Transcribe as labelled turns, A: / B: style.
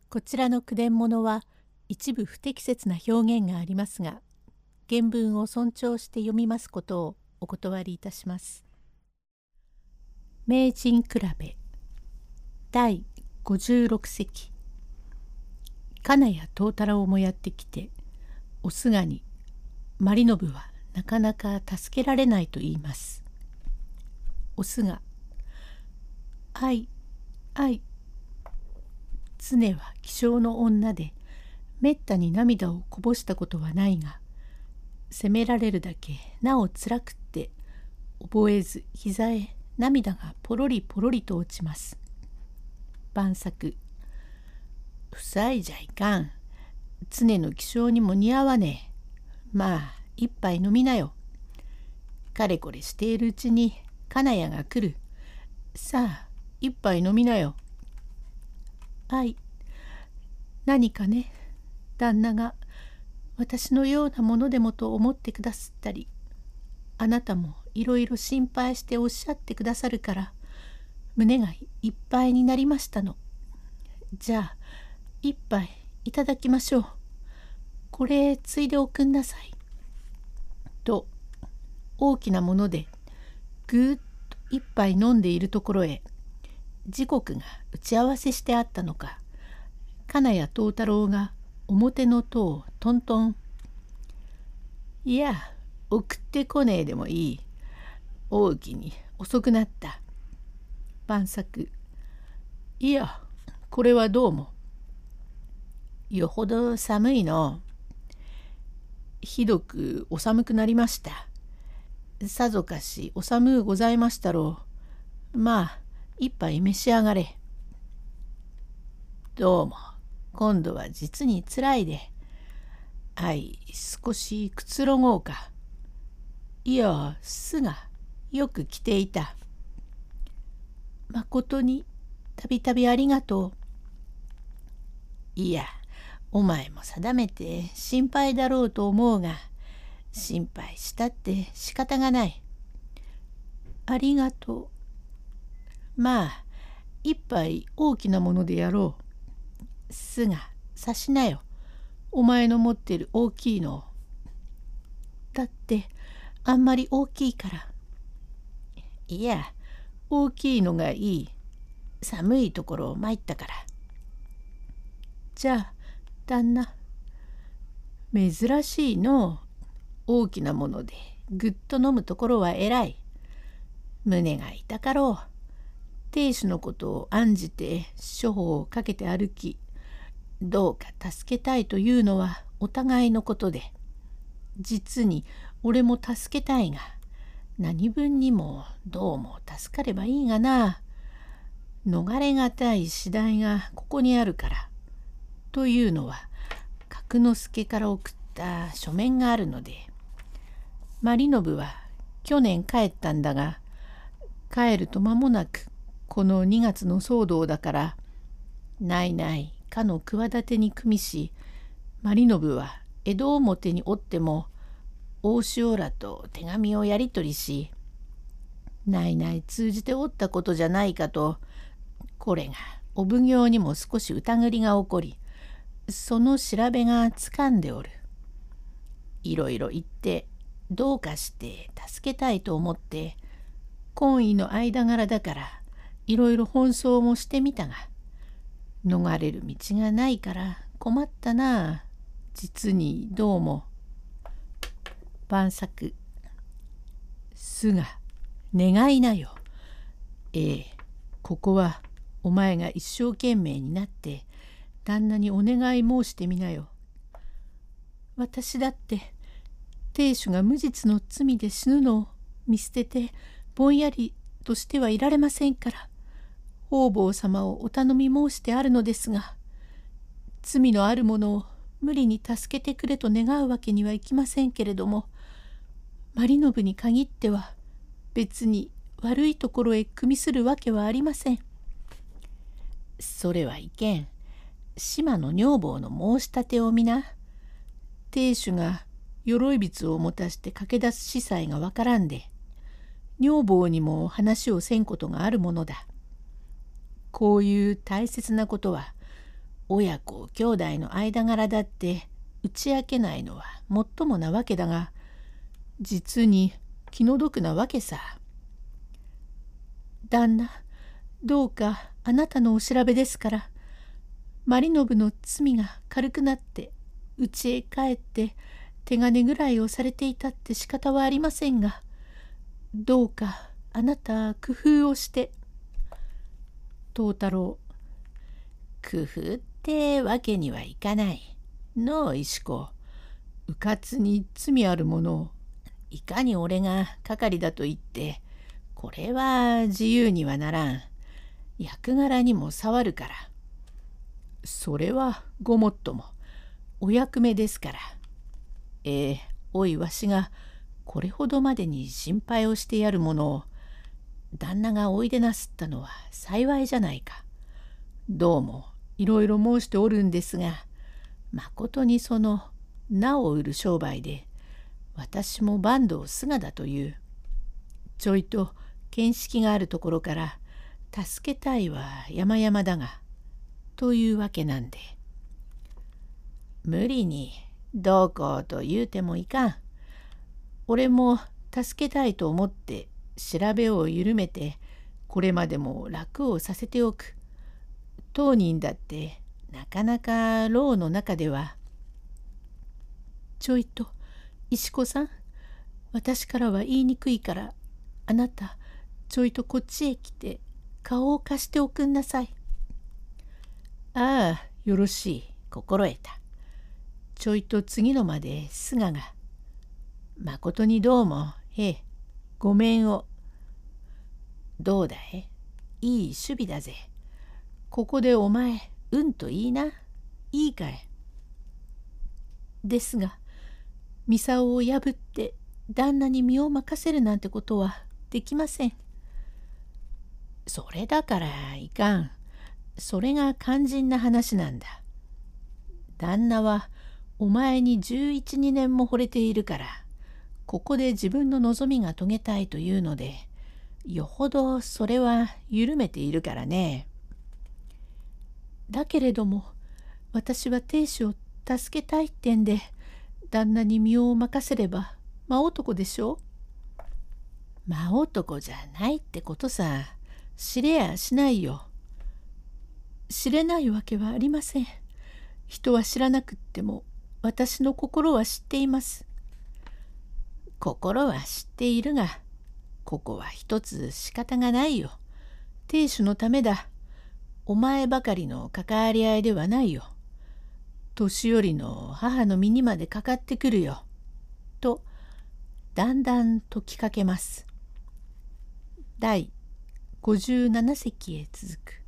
A: こちらの句伝物は一部不適切な表現がありますが、原文を尊重して読みますことをお断りいたします。名人比べ第56席。金谷藤太郎もやってきて、おすがに麻里信はなかなか助けられないと言います。おすが、あい、あい。常は気性の女で、めったに涙をこぼしたことはないが、責められるだけなおつらくって、覚えず膝へ涙がポロリポロリと落ちます。晩作、ふさいじゃいかん。常の気性にも似合わねえ。まあ、一杯飲みなよ。かれこれしているうちに金谷が来る。さあ、一杯飲みなよ。あい、何かね、旦那が私のようなものでもと思ってくだすったり、あなたもいろいろ心配しておっしゃってくださるから、胸がいっぱいになりましたの。じゃあ、一杯いただきましょう。これついでおくんなさい。と、大きなものでぐーっと一杯飲んでいるところへ、時刻が打ち合わせしてあったのか、金谷藤太郎が表の戸をトントン。いや、送ってこねえでもいい。大きに遅くなった。晩作、いや、これはどうも。よほど寒いの。ひどくお寒くなりました。さぞかしお寒うございましたろう。まあ、一杯召し上がれ。どうも、今度は実につらいで。あい、少しくつろごうか。いや、すがよく来ていた。まことにたびたびありがとう。いや、お前も定めて心配だろうと思うが、心配したって仕方がない。ありがとう。まあ、一杯大きなものでやろう。すが、差しなよ。お前の持ってる大きいのを。だって、あんまり大きいから。いや、大きいのがいい。寒いところを参ったから。じゃあ、旦那。珍しいの。大きなものでぐっと飲むところは偉い。胸が痛かろう。亭主のことを案じて処方をかけて歩き、どうか助けたいというのはお互いのことで、実に俺も助けたいが、何分にもどうも助かればいいがな。逃れがたい次第がここにあるから。というのは、角之助から送った書面があるので、麻里信は去年帰ったんだが、帰ると間もなくこの2月の騒動だから、ないないかの企てに組みし、麻里信は江戸表におっても大塩らと手紙をやり取りし、ないない通じておったことじゃないかと、これがお奉行にも少し疑りが起こり、その調べがつかんでおる。いろいろ言ってどうかして助けたいと思って、懇意の間柄だからいろいろ奔走もしてみたが、逃れる道がないから困ったな。実にどうも。晩作、すが願いなよ。ここはお前が一生懸命になって旦那にお願い申してみなよ。私だって亭主が無実の罪で死ぬのを見捨ててぼんやりとしてはいられませんから、方々様をお頼み申してあるのですが、罪のある者を無理に助けてくれと願うわけにはいきませんけれども、麻里信に限っては別に悪いところへ組みするわけはありません。それはいけん。島の女房の申し立てを見な。亭主が鎧びつを持たして駆け出す司祭がわからんで、女房にも話をせんことがあるものだ。こういう大切なことは親子兄弟の間柄だって打ち明けないのはもっともなわけだが、実に気の毒なわけさ。旦那、どうかあなたのお調べですから、マリノブの罪が軽くなって家へ帰って手金ぐらいをされていたって仕方はありませんが、どうかあなた工夫をして。藤太郎、工夫ってわけにはいかないのう石子。うかつに罪あるものをいかに俺が係だと言ってこれは自由にはならん。役柄にも触るから。それはごもっともお役目ですから。おいわしがこれほどまでに心配をしてやるものを旦那がおいでなすったのは幸いじゃないか。どうもいろいろ申しておるんですが、まことにその名を売る商売で私も坂東菅田というちょいと見識があるところから助けたいは山々だがというわけなんで、無理にどうこうと言うてもいかん。俺も助けたいと思って調べを緩めてこれまでも楽をさせておく。当人だってなかなか牢の中では。ちょいと石子さん、私からは言いにくいからあなたちょいとこっちへ来て顔を貸しておくんなさい。ああ、よろしい、心得た。ちょいと次のまで菅が。まことにどうも、ごめんを。どうだい、いい守備だぜ。ここでお前、うんといいな。いいかい。ですが、ミサオを破って旦那に身を任せるなんてことはできません。それだからいかん。それが肝心な話なんだ。旦那はお前に11、2年も惚れているから、ここで自分の望みが遂げたいというので、よほどそれは緩めているからね。だけれども、私は亭主を助けたいってんで、旦那に身を任せれば真男でしょ。真男じゃないってことさ。知れやしないよ。知れないわけはありません。人は知らなくっても私の心は知っています。心は知っているが、ここは一つ仕方がないよ。亭主のためだ。お前ばかりの関わり合いではないよ。年寄りの母の身にまでかかってくるよ。とだんだんときかけます。第57席へ続く。